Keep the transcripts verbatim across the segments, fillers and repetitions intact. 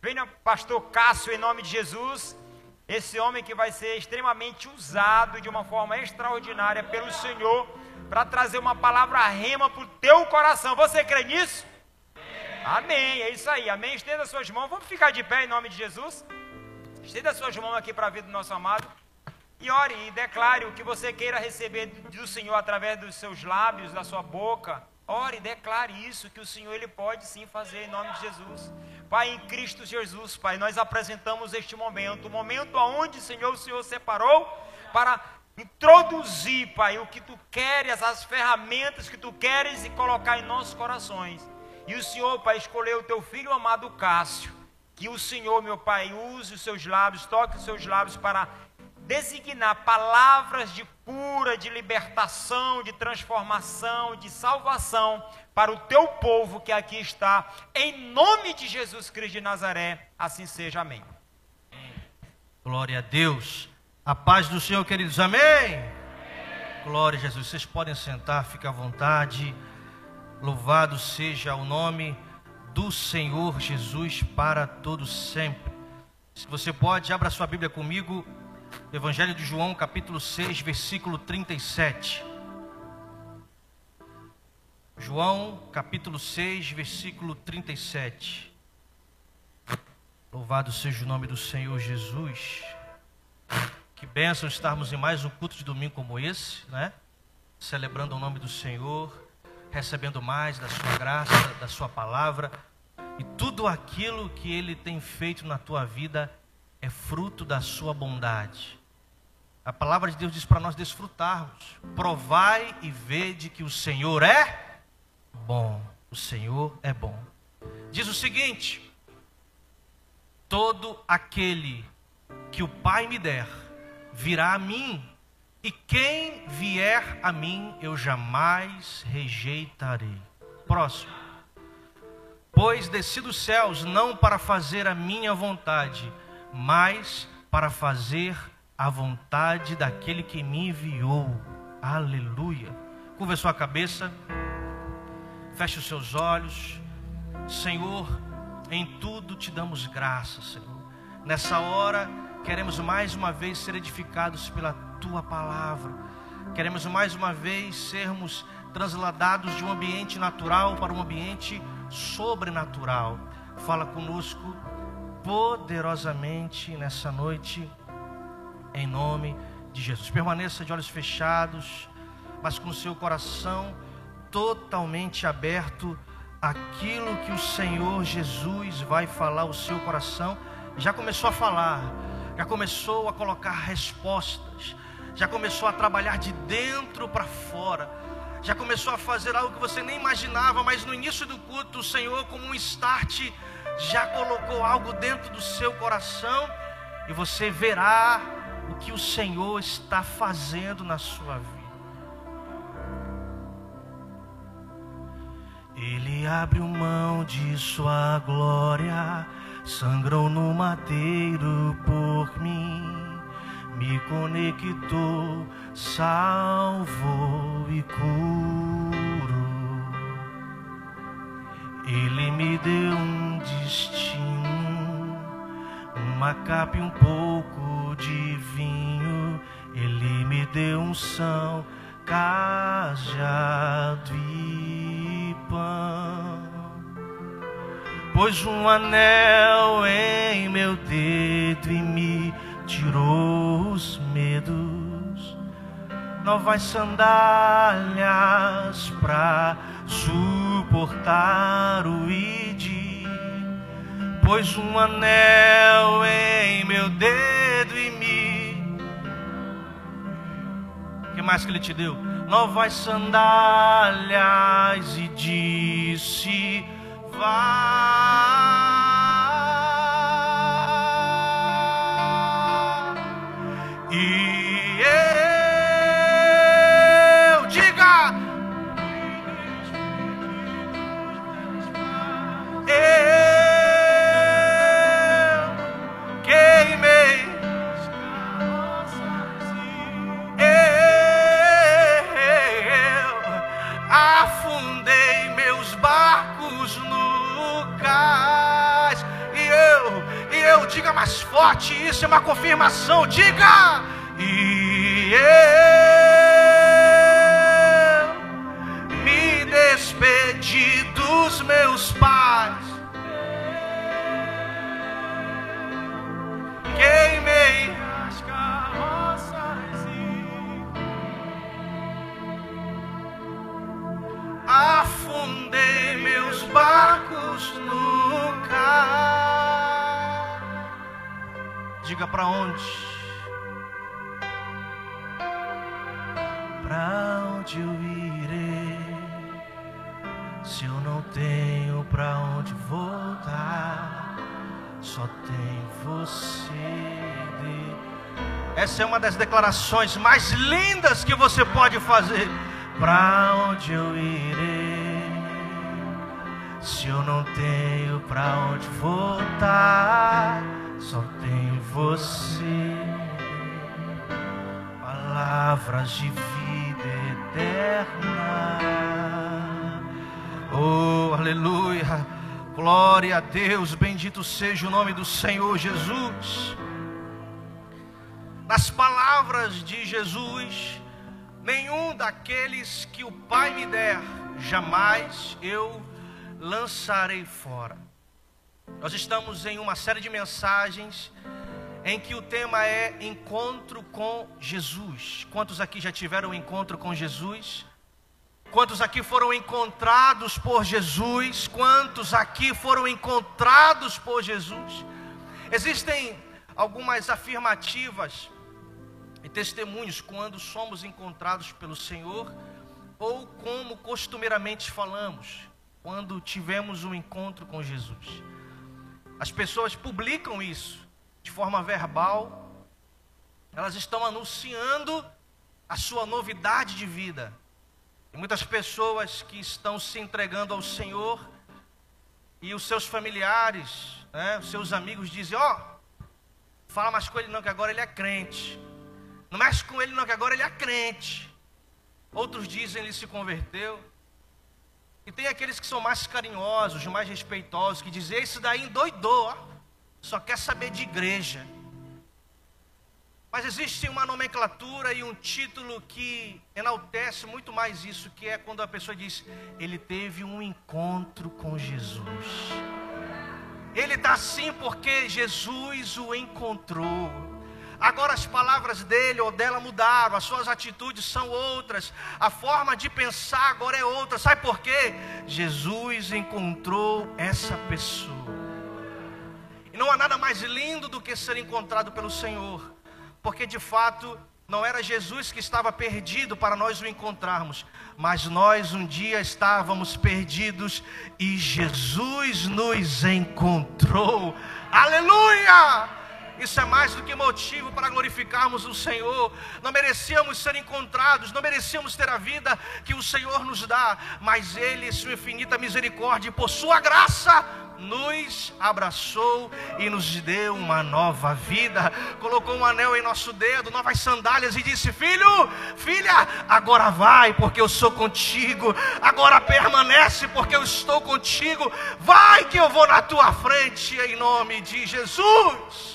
Venha pastor Cássio, em nome de Jesus. Esse homem que vai ser extremamente usado de uma forma extraordinária pelo Senhor para trazer uma palavra rema para o teu coração. Você crê nisso? Amém, é isso aí, amém. Estenda suas mãos, vamos ficar de pé em nome de Jesus. Estenda suas mãos aqui para a vida do nosso amado. E ore e declare o que você queira receber do Senhor através dos seus lábios, da sua boca. Ore e declare isso, que o Senhor Ele pode sim fazer em nome de Jesus. Pai, em Cristo Jesus, Pai, nós apresentamos este momento, o momento onde, Senhor, o Senhor separou para introduzir, Pai, o que Tu queres, as ferramentas que Tu queres e colocar em nossos corações. E o Senhor, Pai, escolheu o Teu filho amado Cássio. Que o Senhor, meu Pai, use os seus lábios, toque os seus lábios para designar palavras de cura, de libertação, de transformação, de salvação para o Teu povo que aqui está, em nome de Jesus Cristo de Nazaré, assim seja, amém. Glória a Deus, a paz do Senhor, queridos, amém? Amém. Glória a Jesus, vocês podem sentar, fica à vontade, louvado seja o nome do Senhor Jesus para todos sempre. Se você pode, abra sua Bíblia comigo, Evangelho de João, capítulo seis, versículo trinta e sete. João, capítulo seis, versículo trinta e sete. Louvado seja o nome do Senhor Jesus. Que bênção estarmos em mais um culto de domingo como esse, né? Celebrando o nome do Senhor, recebendo mais da sua graça, da sua palavra. E tudo aquilo que Ele tem feito na tua vida é fruto da sua bondade. A palavra de Deus diz para nós desfrutarmos. Provai e vede que o Senhor é bom. O Senhor é bom. Diz o seguinte: todo aquele que o Pai me der virá a mim, e quem vier a mim eu jamais rejeitarei. Próximo. Pois desci dos céus não para fazer a minha vontade, mas para fazer a vontade daquele que me enviou. Aleluia. Curva a sua cabeça, feche os seus olhos. Senhor, em tudo te damos graças, Senhor. Nessa hora queremos mais uma vez ser edificados pela tua palavra. Queremos mais uma vez sermos transladados de um ambiente natural para um ambiente sobrenatural. Fala conosco poderosamente nessa noite, em nome de Jesus. Permaneça de olhos fechados, mas com o seu coração totalmente aberto àquilo que o Senhor Jesus vai falar ao seu coração. Já começou a falar, já começou a colocar respostas, já começou a trabalhar de dentro para fora, já começou a fazer algo que você nem imaginava, mas no início do culto o Senhor, como um start, já colocou algo dentro do seu coração, e você verá o que o Senhor está fazendo na sua vida. Ele abriu mão de sua glória, sangrou no madeiro por mim, me conectou, salvou e curou. Ele me deu um destino, uma capa e um pouco de vinho. Ele me deu unção, cajado e pão. Pôs um anel em meu dedo e me tirou os medos, novas sandálias pra suportar o ide. Pôs um anel em meu dedo e me... O que mais que ele te deu? Novas sandálias e disse: vá. E eu diga: eu queimei, eu afundei meus barcos no cais. eu. Diga mais forte, isso é uma confirmação. Diga! E eu me despedi dos meus pais, queimei as carroças e afundei meus barcos no cais. Diga para onde? Pra onde eu irei, se eu não tenho pra onde voltar? Só tem você. Essa é uma das declarações mais lindas que você pode fazer. Pra onde eu irei, se eu não tenho pra onde voltar? Só tem você. Palavras de vida eterna. Oh, aleluia. Glória a Deus, bendito seja o nome do Senhor Jesus. Nas palavras de Jesus, nenhum daqueles que o Pai me der, jamais eu lançarei fora. Nós estamos em uma série de mensagens em que o tema é encontro com Jesus. Quantos aqui já tiveram um encontro com Jesus? Quantos aqui foram encontrados por Jesus? Quantos aqui foram encontrados por Jesus? Existem algumas afirmativas e testemunhos quando somos encontrados pelo Senhor, ou como costumeiramente falamos, quando tivemos um encontro com Jesus. As pessoas publicam isso de forma verbal, elas estão anunciando a sua novidade de vida. E muitas pessoas que estão se entregando ao Senhor, e os seus familiares, né, os seus amigos dizem: ó, oh, fala mais com ele não, que agora ele é crente. Não mexe com ele não, que agora ele é crente. Outros dizem: ele se converteu. E tem aqueles que são mais carinhosos, mais respeitosos, que dizem: esse daí endoidou, ó, só quer saber de igreja. Mas existe uma nomenclatura e um título que enaltece muito mais isso, que é quando a pessoa diz: ele teve um encontro com Jesus. Ele está assim porque Jesus o encontrou. Agora as palavras dele ou dela mudaram, as suas atitudes são outras, a forma de pensar agora é outra. Sabe por quê? Jesus encontrou essa pessoa. E não há nada mais lindo do que ser encontrado pelo Senhor, porque de fato não era Jesus que estava perdido para nós o encontrarmos, mas nós um dia estávamos perdidos e Jesus nos encontrou. Aleluia! Isso é mais do que motivo para glorificarmos o Senhor. Não merecíamos ser encontrados, não merecíamos ter a vida que o Senhor nos dá, mas Ele, sua infinita misericórdia e por sua graça, nos abraçou e nos deu uma nova vida. Colocou um anel em nosso dedo, novas sandálias e disse: filho, filha, agora vai porque eu sou contigo. Agora permanece porque eu estou contigo. Vai que eu vou na tua frente em nome de Jesus.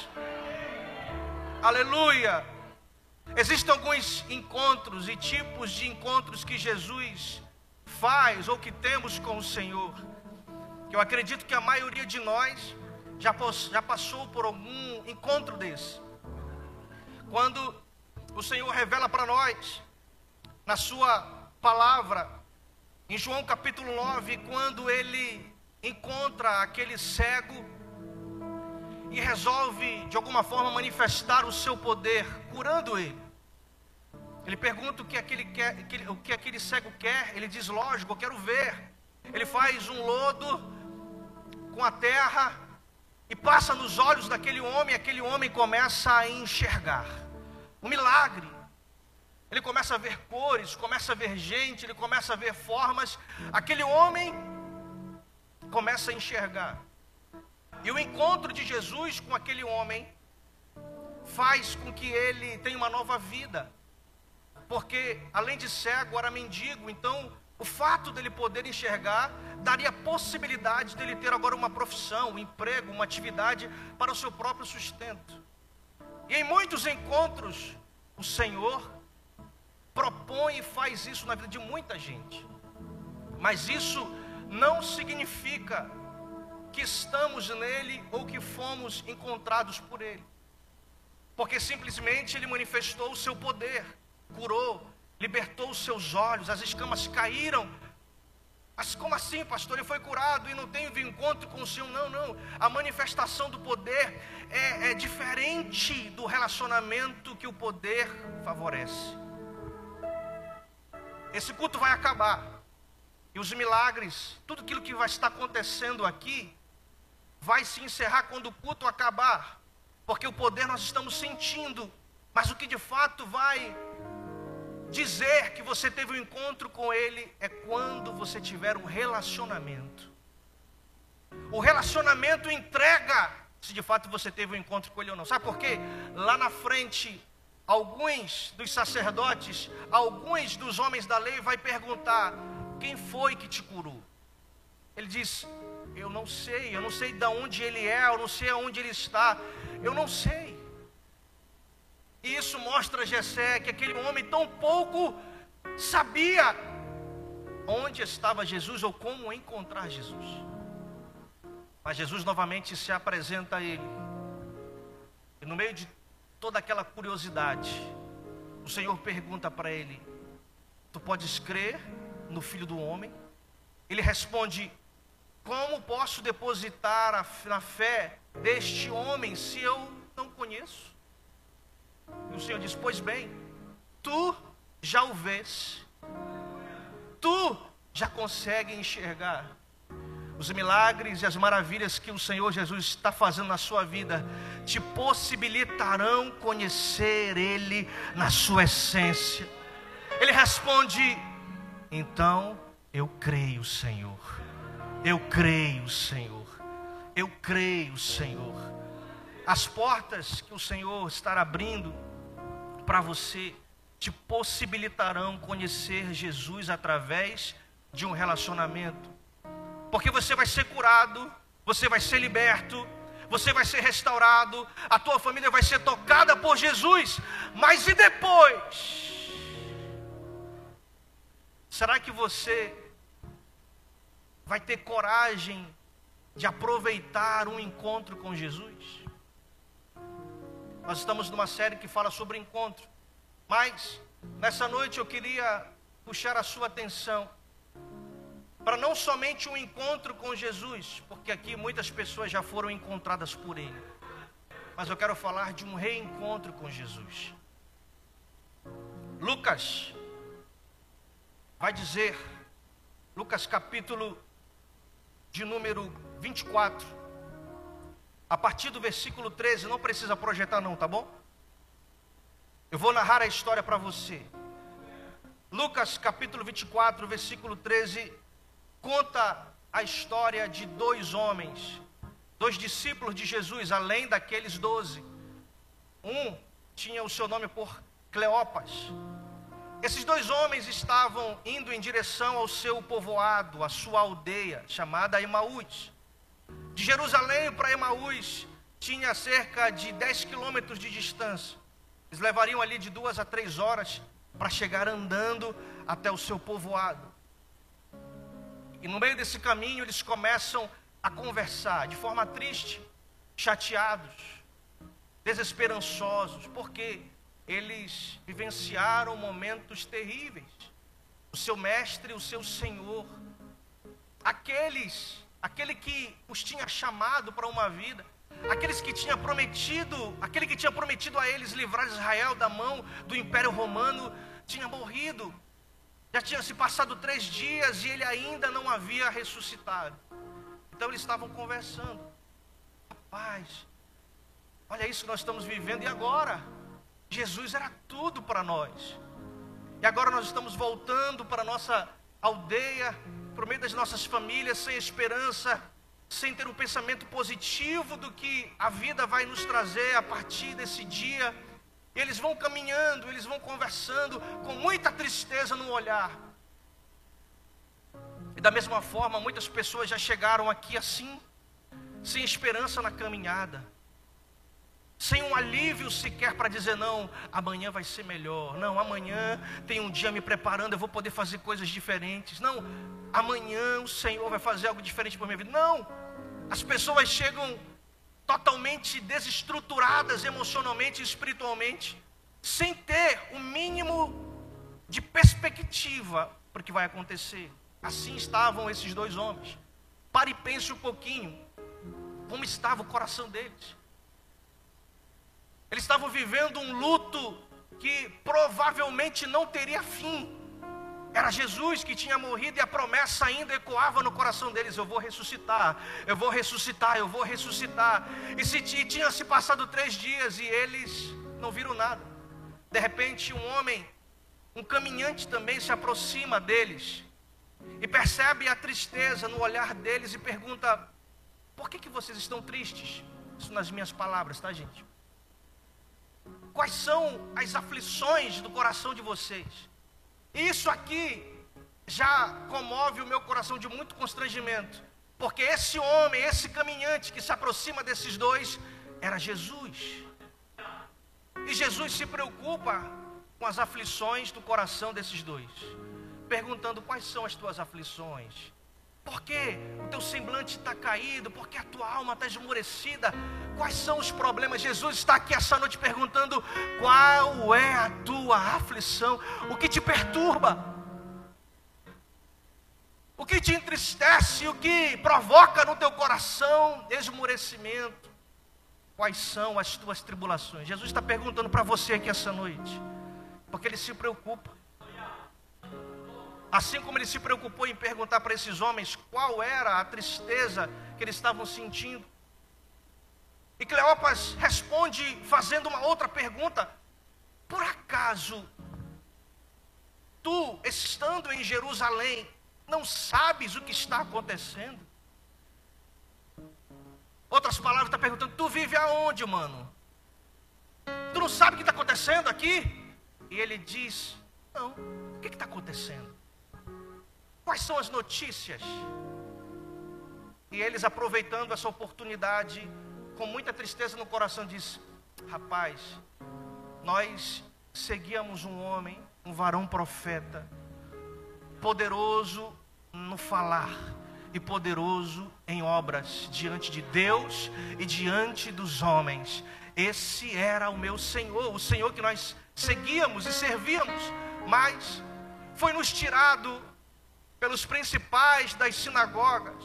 Aleluia. Existem alguns encontros e tipos de encontros que Jesus faz ou que temos com o Senhor, que eu acredito que a maioria de nós já, já passou por algum encontro desse. Quando o Senhor revela para nós, na sua palavra, em João capítulo nove, quando Ele encontra aquele cego e resolve de alguma forma manifestar o seu poder, curando ele. Ele pergunta o que aquele, quer, o que aquele cego quer. Ele diz: lógico, eu quero ver. Ele faz um lodo com a terra e passa nos olhos daquele homem. Aquele homem começa a enxergar. Um milagre. Ele começa a ver cores, começa a ver gente, ele começa a ver formas. Aquele homem começa a enxergar. E o encontro de Jesus com aquele homem faz com que ele tenha uma nova vida. Porque além de cego, era mendigo. Então O fato dele poder enxergar daria possibilidade dele ter agora uma profissão, um emprego, uma atividade para o seu próprio sustento. E em muitos encontros, o Senhor propõe e faz isso na vida de muita gente. Mas isso não significa que estamos nele ou que fomos encontrados por ele. Porque simplesmente ele manifestou o seu poder, curou, libertou os seus olhos, as escamas caíram. Mas como assim, pastor? Ele foi curado e não teve encontro com o Senhor? Não, não. A manifestação do poder é, é diferente do relacionamento que o poder favorece. Esse culto vai acabar. E os milagres, tudo aquilo que vai estar acontecendo aqui, vai se encerrar quando o culto acabar. Porque o poder nós estamos sentindo. Mas o que de fato vai dizer que você teve um encontro com Ele é quando você tiver um relacionamento. O relacionamento entrega se de fato você teve um encontro com Ele ou não. Sabe por quê? Lá na frente, alguns dos sacerdotes, alguns dos homens da lei vai perguntar: quem foi que te curou? Ele diz: eu não sei, eu não sei de onde ele é, eu não sei aonde ele está, eu não sei. E isso mostra a Jessé que aquele homem tão pouco sabia onde estava Jesus ou como encontrar Jesus. Mas Jesus novamente se apresenta a ele. E no meio de toda aquela curiosidade, o Senhor pergunta para ele: tu podes crer no Filho do Homem? Ele responde: como posso depositar a, na fé deste homem se eu não conheço? E o Senhor diz: pois bem, tu já o vês, tu já consegue enxergar. Os milagres e as maravilhas que o Senhor Jesus está fazendo na sua vida te possibilitarão conhecer Ele na sua essência. Ele responde: então eu creio, Senhor, eu creio, Senhor, eu creio, Senhor. As portas que o Senhor está abrindo para você te possibilitarão conhecer Jesus através de um relacionamento. Porque você vai ser curado, você vai ser liberto, você vai ser restaurado, a tua família vai ser tocada por Jesus. Mas e depois? Será que você vai ter coragem de aproveitar um encontro com Jesus? Nós estamos numa série que fala sobre encontro, mas nessa noite eu queria puxar a sua atenção para não somente um encontro com Jesus, porque aqui muitas pessoas já foram encontradas por Ele, mas eu quero falar de um reencontro com Jesus. Lucas vai dizer, Lucas capítulo de número vinte e quatro, a partir do versículo treze, não precisa projetar não, tá bom? Eu vou narrar a história para você. Lucas capítulo vinte e quatro, versículo treze, conta a história de dois homens, dois discípulos de Jesus, além daqueles doze. Um tinha o seu nome por Cleopas. Esses dois homens estavam indo em direção ao seu povoado, a sua aldeia, chamada Emaús. De Jerusalém para Emaús tinha cerca de dez quilômetros de distância. Eles levariam ali de duas a três horas para chegar andando até o seu povoado. E no meio desse caminho eles começam a conversar de forma triste, chateados, desesperançosos, porque eles vivenciaram momentos terríveis. O seu mestre, o seu Senhor, aqueles, aquele que os tinha chamado para uma vida, aqueles que tinha prometido, aquele que tinha prometido a eles livrar Israel da mão do Império Romano, tinha morrido. Já tinha se passado três dias e ele ainda não havia ressuscitado. Então eles estavam conversando. Rapaz, olha isso que nós estamos vivendo. E agora? Jesus era tudo para nós. E agora nós estamos voltando para a nossa aldeia, para o meio das nossas famílias, sem esperança, sem ter um pensamento positivo do que a vida vai nos trazer a partir desse dia. Eles vão caminhando, eles vão conversando com muita tristeza no olhar. E da mesma forma, muitas pessoas já chegaram aqui assim, sem esperança na caminhada, sem um alívio sequer para dizer, não, amanhã vai ser melhor, não, amanhã tem um dia me preparando, eu vou poder fazer coisas diferentes, não, amanhã o Senhor vai fazer algo diferente para minha vida. Não, as pessoas chegam totalmente desestruturadas emocionalmente e espiritualmente, sem ter o mínimo de perspectiva para o que vai acontecer. Assim estavam esses dois homens. Pare e pense um pouquinho como estava o coração deles. Eles estavam vivendo um luto que provavelmente não teria fim. Era Jesus que tinha morrido e a promessa ainda ecoava no coração deles: eu vou ressuscitar, eu vou ressuscitar, eu vou ressuscitar. E se tinha se passado três dias e eles não viram nada. De repente um homem, um caminhante também se aproxima deles e percebe a tristeza no olhar deles e pergunta: por que que vocês estão tristes? Isso nas minhas palavras, tá, gente? Quais são as aflições do coração de vocês? Isso aqui já comove o meu coração de muito constrangimento, porque esse homem, esse caminhante que se aproxima desses dois, era Jesus. E Jesus se preocupa com as aflições do coração desses dois, perguntando: quais são as tuas aflições? Por que o teu semblante está caído? Por que a tua alma está esmorecida? Quais são os problemas? Jesus está aqui essa noite perguntando: qual é a tua aflição? O que te perturba? O que te entristece? O que provoca no teu coração esmorecimento? Quais são as tuas tribulações? Jesus está perguntando para você aqui essa noite, porque Ele se preocupa. Assim como Ele se preocupou em perguntar para esses homens qual era a tristeza que eles estavam sentindo. E Cleopas responde fazendo uma outra pergunta: por acaso tu, estando em Jerusalém, não sabes o que está acontecendo? Outras palavras, está perguntando: tu vive aonde, mano? Tu não sabe o que está acontecendo aqui? E ele diz: não, o que está acontecendo? Quais são as notícias? E eles, aproveitando essa oportunidade, com muita tristeza no coração, diz: rapaz, nós seguíamos um homem, um varão profeta, poderoso no falar e poderoso em obras, diante de Deus e diante dos homens. Esse era o meu Senhor, o Senhor que nós seguíamos e servíamos, mas foi nos tirado pelos principais das sinagogas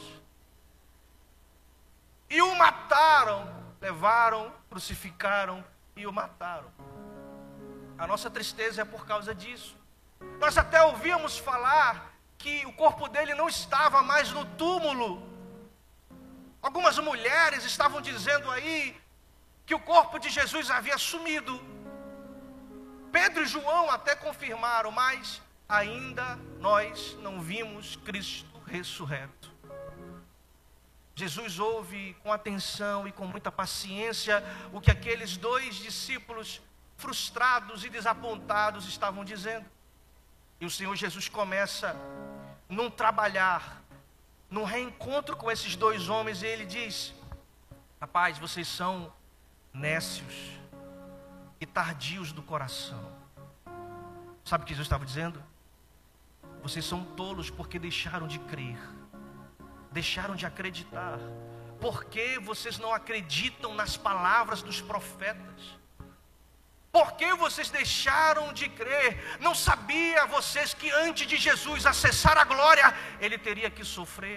e o mataram, levaram, crucificaram e o mataram. A nossa tristeza é por causa disso. Nós até ouvíamos falar que o corpo dele não estava mais no túmulo. Algumas mulheres estavam dizendo aí que o corpo de Jesus havia sumido. Pedro e João até confirmaram, mas ainda nós não vimos Cristo ressurreto. Jesus ouve com atenção e com muita paciência o que aqueles dois discípulos frustrados e desapontados estavam dizendo. E o Senhor Jesus começa num trabalhar, num reencontro com esses dois homens, e Ele diz: rapaz, vocês são nécios e tardios do coração. Sabe o que Jesus estava dizendo? Vocês são tolos porque deixaram de crer, deixaram de acreditar. Porque vocês não acreditam nas palavras dos profetas? Por que vocês deixaram de crer? Não sabia vocês que antes de Jesus acessar a glória, Ele teria que sofrer?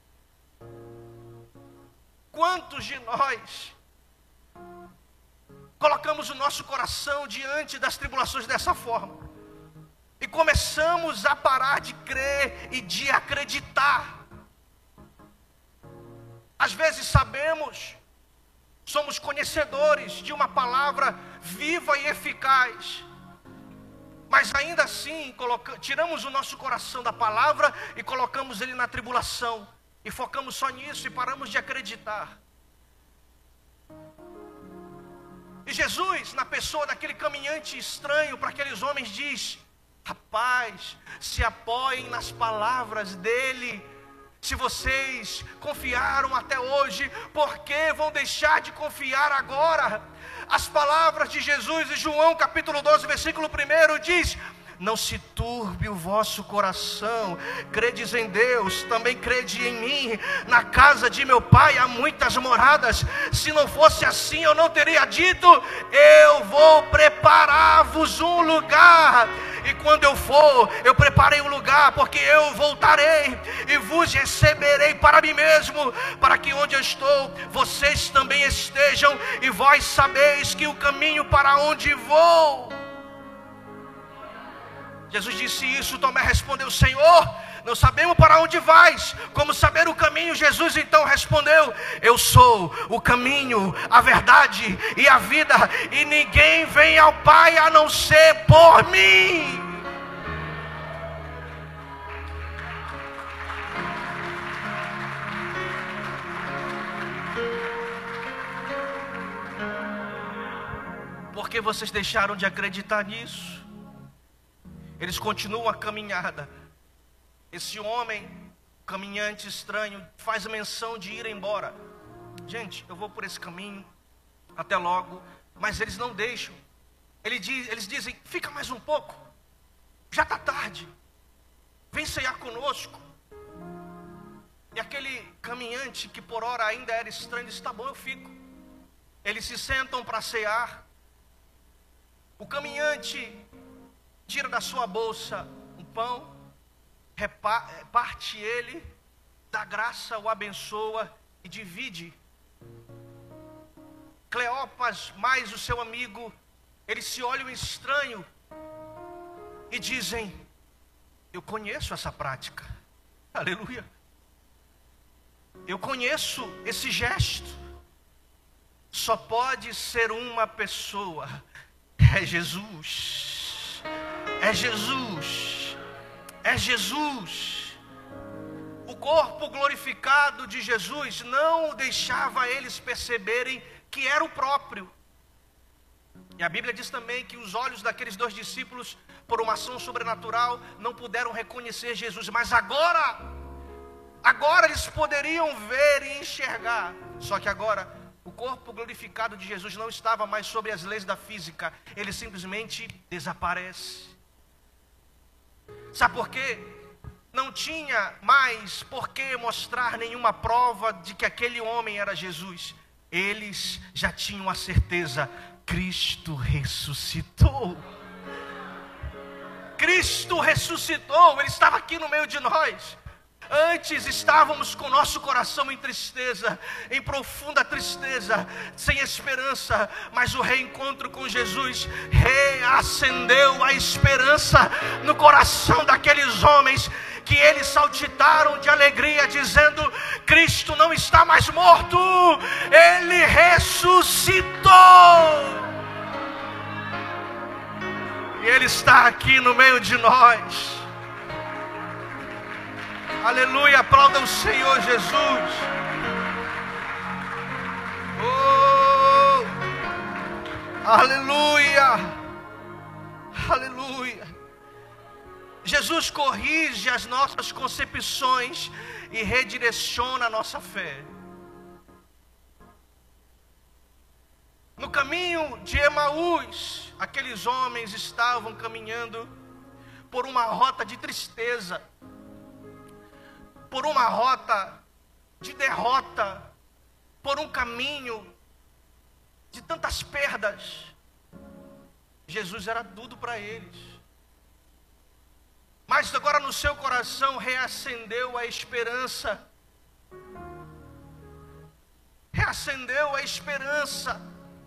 Quantos de nós colocamos o nosso coração diante das tribulações dessa forma e começamos a parar de crer e de acreditar? Às vezes sabemos, somos conhecedores de uma palavra viva e eficaz, mas ainda assim coloca, tiramos o nosso coração da palavra e colocamos ele na tribulação, e focamos só nisso e paramos de acreditar. E Jesus, na pessoa daquele caminhante estranho para aqueles homens, diz: Rapaz, se apoiem nas palavras dele. Se vocês confiaram até hoje, por que vão deixar de confiar agora? As palavras de Jesus em João capítulo doze, versículo um diz: não se turbe o vosso coração, credes em Deus, também crede em mim. Na casa de meu pai há muitas moradas, se não fosse assim eu não teria dito, eu vou preparar-vos um lugar. E quando eu for, eu preparei um lugar, porque eu voltarei e vos receberei para mim mesmo, para que onde eu estou, vocês também estejam, e vós sabeis que o caminho para onde vou. Jesus disse isso, Tomé respondeu: Senhor, não sabemos para onde vais, como saber o caminho? Jesus então respondeu: eu sou o caminho, a verdade e a vida, e ninguém vem ao Pai a não ser por mim. Por que vocês deixaram de acreditar nisso? Eles continuam a caminhada. Esse homem, caminhante estranho, faz menção de ir embora. Gente, eu vou por esse caminho, até logo. Mas eles não deixam. Eles, diz, eles dizem: fica mais um pouco, já está tarde, vem ceiar conosco. E aquele caminhante, que por hora ainda era estranho, diz: tá bom, eu fico. Eles se sentam para cear. O caminhante tira da sua bolsa um pão, parte ele, dá graça, o abençoa e divide. Cleopas mais o seu amigo, eles se olham estranho e dizem: eu conheço essa prática. Aleluia. Eu conheço esse gesto. Só pode ser uma pessoa. É Jesus. É Jesus. É Jesus. O corpo glorificado de Jesus não deixava eles perceberem que era o próprio. E a Bíblia diz também que os olhos daqueles dois discípulos, por uma ação sobrenatural, não puderam reconhecer Jesus. Mas agora, agora eles poderiam ver e enxergar. Só que agora, o corpo glorificado de Jesus não estava mais sobre as leis da física. Ele simplesmente desaparece. Sabe por quê? Não tinha mais por que mostrar nenhuma prova de que aquele homem era Jesus. Eles já tinham a certeza: Cristo ressuscitou. Cristo ressuscitou. Ele estava aqui no meio de nós. Antes estávamos com nosso coração em tristeza, em profunda tristeza, sem esperança. Mas o reencontro com Jesus reacendeu a esperança no coração daqueles homens, que eles saltitaram de alegria, dizendo: Cristo não está mais morto, Ele ressuscitou. E Ele está aqui no meio de nós. Aleluia, aplauda o Senhor Jesus. Oh, aleluia, aleluia. Jesus corrige as nossas concepções e redireciona a nossa fé. No caminho de Emaús, aqueles homens estavam caminhando por uma rota de tristeza, por uma rota de derrota, por um caminho de tantas perdas. Jesus era tudo para eles. Mas agora no seu coração reacendeu a esperança. Reacendeu a esperança.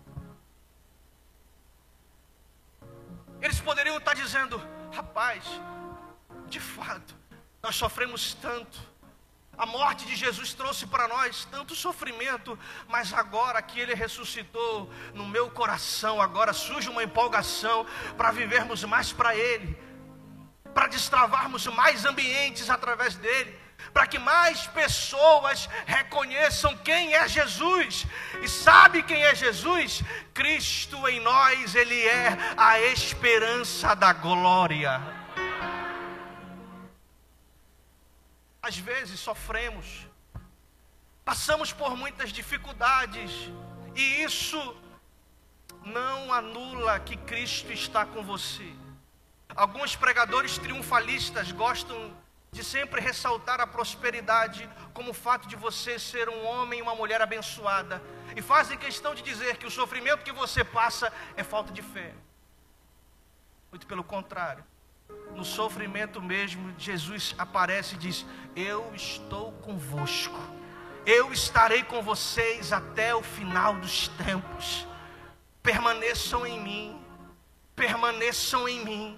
Eles poderiam estar dizendo: rapaz, de fato, nós sofremos tanto. A morte de Jesus trouxe para nós tanto sofrimento, mas agora que Ele ressuscitou, no meu coração agora surge uma empolgação para vivermos mais para Ele, para destravarmos mais ambientes através dEle, para que mais pessoas reconheçam quem é Jesus. E sabe quem é Jesus? Cristo em nós, Ele é a esperança da glória. às vezes sofremos, passamos por muitas dificuldades, e isso não anula que Cristo está com você. Alguns pregadores triunfalistas gostam de sempre ressaltar a prosperidade como o fato de você ser um homem e uma mulher abençoada, e fazem questão de dizer que o sofrimento que você passa é falta de fé. Muito pelo contrário, no sofrimento mesmo, Jesus aparece e diz: eu estou convosco, eu estarei com vocês até o final dos tempos. Permaneçam em mim, permaneçam em mim.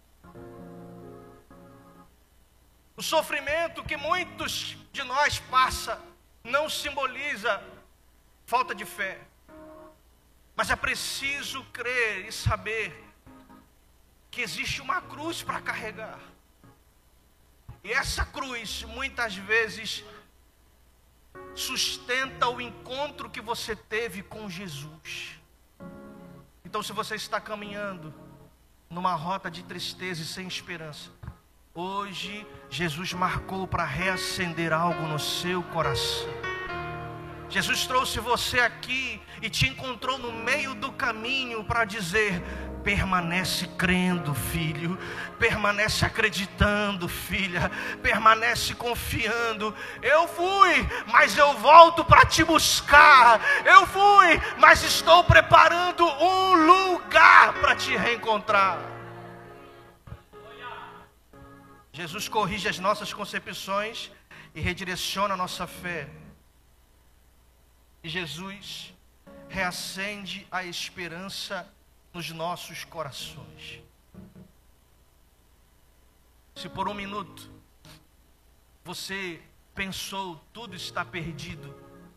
O sofrimento que muitos de nós passa não simboliza falta de fé, mas é preciso crer e saber que existe uma cruz para carregar, e essa cruz muitas vezes sustenta o encontro que você teve com Jesus. Então, se você está caminhando numa rota de tristeza e sem esperança, hoje Jesus marcou para reacender algo no seu coração. Jesus trouxe você aqui e te encontrou no meio do caminho para dizer: permanece crendo, filho, permanece acreditando, filha, permanece confiando. Eu fui, mas eu volto para te buscar. Eu fui, mas estou preparando um lugar para te reencontrar. Jesus corrige as nossas concepções e redireciona a nossa fé. E Jesus reacende a esperança nos nossos corações. Se por um minuto você pensou tudo está perdido,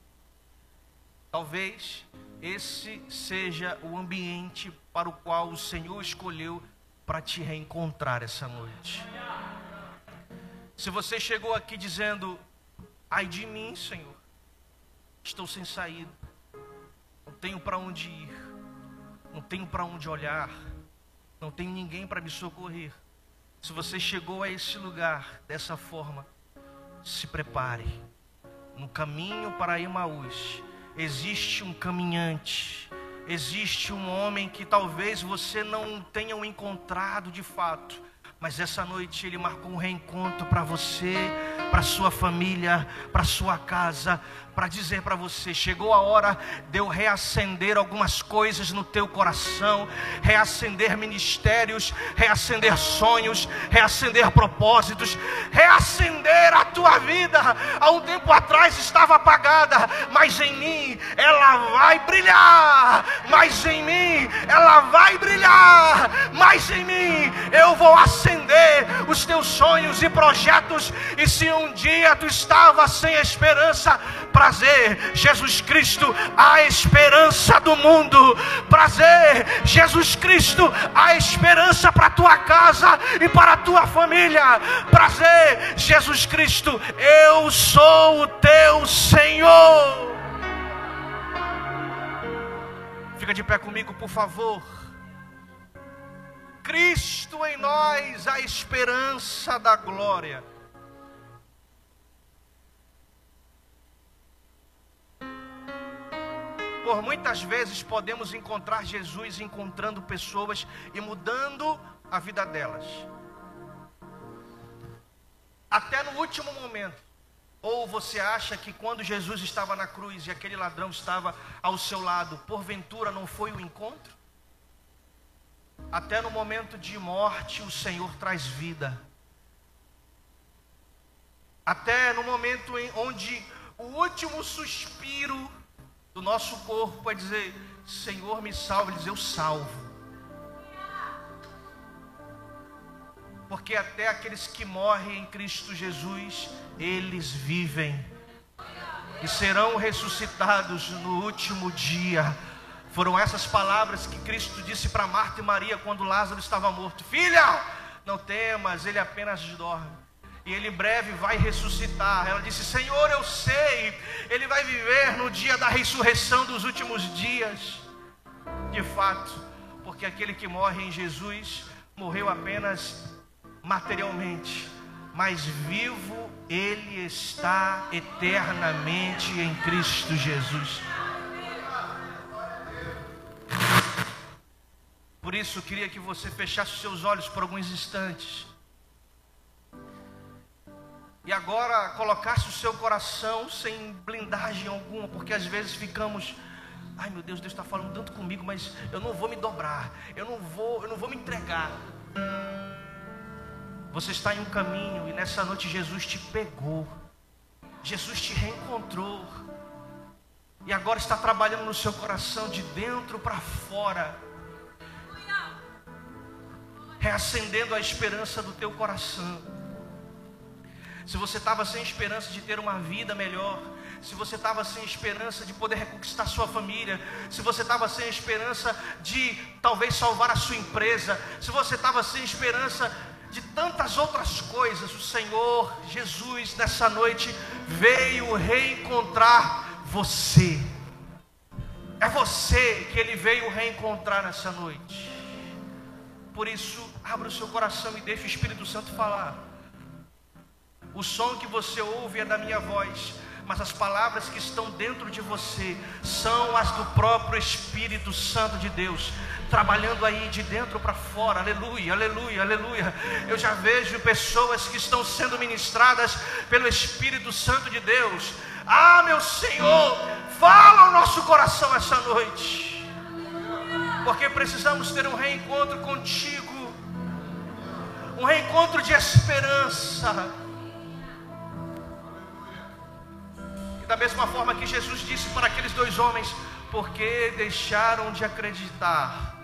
talvez esse seja o ambiente para o qual o Senhor escolheu para te reencontrar essa noite. Se você chegou aqui dizendo: ai de mim, Senhor, estou sem saída, não tenho para onde ir, não tenho para onde olhar, não tenho ninguém para me socorrer. Se você chegou a esse lugar dessa forma, se prepare. No caminho para Emaús existe um caminhante, existe um homem que talvez você não tenha encontrado de fato, mas essa noite ele marcou um reencontro para você, para sua família, para sua casa, para dizer para você: chegou a hora de eu reacender algumas coisas no teu coração, reacender ministérios, reacender sonhos, reacender propósitos, reacender a tua vida. Há um tempo atrás estava apagada, mas em mim ela vai brilhar, mas em mim ela vai brilhar, mas em mim eu vou acender os teus sonhos e projetos. E se um dia tu estava sem esperança, prazer, Jesus Cristo, a esperança do mundo. Prazer, Jesus Cristo, a esperança para a tua casa e para a tua família. Prazer, Jesus Cristo, eu sou o teu Senhor. Fica de pé comigo, por favor. Cristo em nós, a esperança da glória. Por muitas vezes podemos encontrar Jesus encontrando pessoas e mudando a vida delas, até no último momento. Ou você acha que quando Jesus estava na cruz e aquele ladrão estava ao seu lado, porventura não foi o encontro? Até no momento de morte o Senhor traz vida. Até no momento em onde o último suspiro do nosso corpo é dizer: Senhor, me salve. Ele diz: eu salvo. Porque até aqueles que morrem em Cristo Jesus, eles vivem e serão ressuscitados no último dia. Foram essas palavras que Cristo disse para Marta e Maria quando Lázaro estava morto: filha, não temas, ele apenas dorme, e ele em breve vai ressuscitar. Ela disse: Senhor, eu sei, ele vai viver no dia da ressurreição dos últimos dias. De fato, porque aquele que morre em Jesus morreu apenas materialmente, mas vivo Ele está eternamente em Cristo Jesus. Por isso eu queria que você fechasse os seus olhos por alguns instantes. E agora colocasse o seu coração sem blindagem alguma, porque às vezes ficamos, ai meu Deus, Deus está falando tanto comigo, mas eu não vou me dobrar, eu não vou, eu não vou me entregar. Você está em um caminho e nessa noite Jesus te pegou, Jesus te reencontrou, e agora está trabalhando no seu coração de dentro para fora, reacendendo a esperança do teu coração. Se você estava sem esperança de ter uma vida melhor, se você estava sem esperança de poder reconquistar sua família, se você estava sem esperança de talvez salvar a sua empresa, se você estava sem esperança de tantas outras coisas, o Senhor Jesus nessa noite veio reencontrar você. É você que Ele veio reencontrar nessa noite. Por isso, abra o seu coração e deixe o Espírito Santo falar. O som que você ouve é da minha voz, mas as palavras que estão dentro de você são as do próprio Espírito Santo de Deus, trabalhando aí de dentro para fora. Aleluia, aleluia, aleluia. Eu já vejo pessoas que estão sendo ministradas pelo Espírito Santo de Deus. Ah, meu Senhor, fala ao nosso coração essa noite, porque precisamos ter um reencontro contigo, um reencontro de esperança. Da mesma forma que Jesus disse para aqueles dois homens, porque deixaram de acreditar.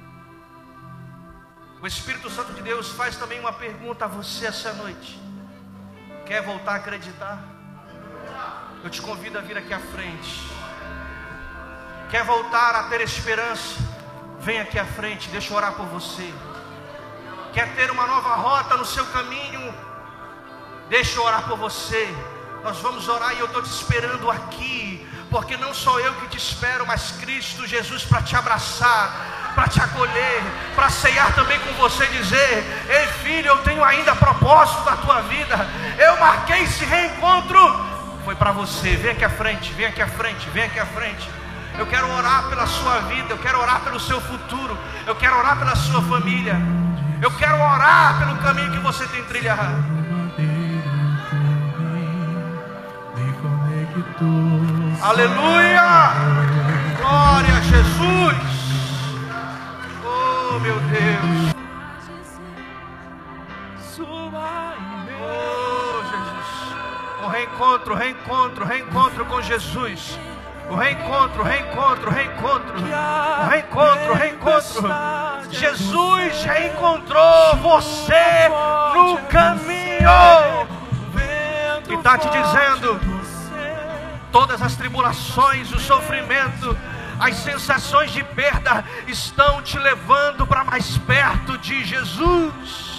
O Espírito Santo de Deus faz também uma pergunta a você essa noite. Quer voltar a acreditar? Eu te convido a vir aqui à frente. Quer voltar a ter esperança? Vem aqui à frente, deixa eu orar por você. Quer ter uma nova rota no seu caminho? Deixa eu orar por você. Nós vamos orar e eu estou te esperando aqui, porque não sou eu que te espero, mas Cristo Jesus para te abraçar, para te acolher, para ceiar também com você e dizer: ei filho, eu tenho ainda propósito na tua vida, eu marquei esse reencontro, foi para você. Vem aqui à frente, vem aqui à frente, vem aqui à frente. Eu quero orar pela sua vida, eu quero orar pelo seu futuro, eu quero orar pela sua família, eu quero orar pelo caminho que você tem trilhado. Aleluia! Glória a Jesus! Oh meu Deus! Oh Jesus! Um reencontro, reencontro, reencontro com Jesus. O reencontro, reencontro, reencontro. O reencontro, reencontro. Jesus reencontrou você no caminho. E está te dizendo: todas as tribulações, o sofrimento, as sensações de perda estão te levando para mais perto de Jesus.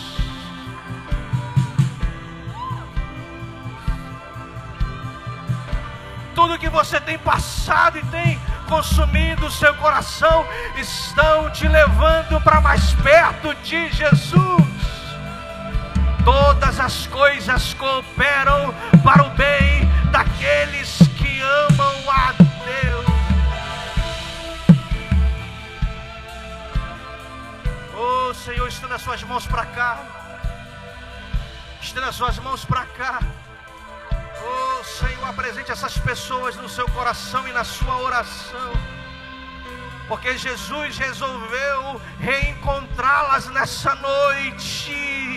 Tudo que você tem passado e tem consumido o seu coração estão te levando para mais perto de Jesus. Todas as coisas cooperam para o bem daqueles que amam a Deus. Oh Senhor, estenda as suas mãos para cá. Estenda as suas mãos para cá. Oh Senhor, apresente essas pessoas no seu coração e na sua oração, porque Jesus resolveu reencontrá-las nessa noite.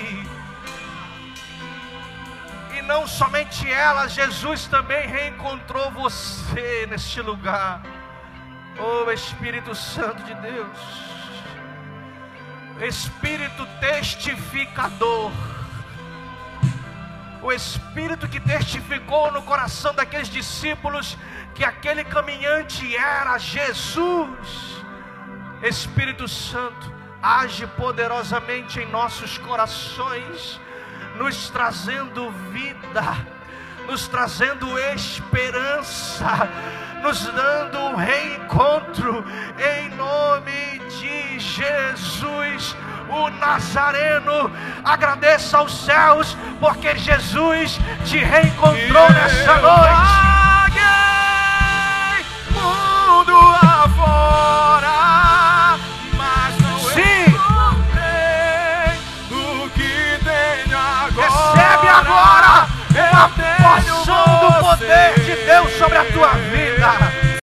E não somente elas, Jesus também reencontrou você neste lugar. Oh Espírito Santo de Deus, Espírito testificador, o Espírito que testificou no coração daqueles discípulos que aquele caminhante era Jesus. Espírito Santo, age poderosamente em nossos corações, nos trazendo vida, nos trazendo esperança, nos dando um reencontro, em nome de Jesus, o Nazareno. Agradeça aos céus, porque Jesus te reencontrou nessa noite. Mundo afora, mas não Sim. encontrei o que tenho agora. Recebe agora uma porção do poder de Deus sobre a tua vida.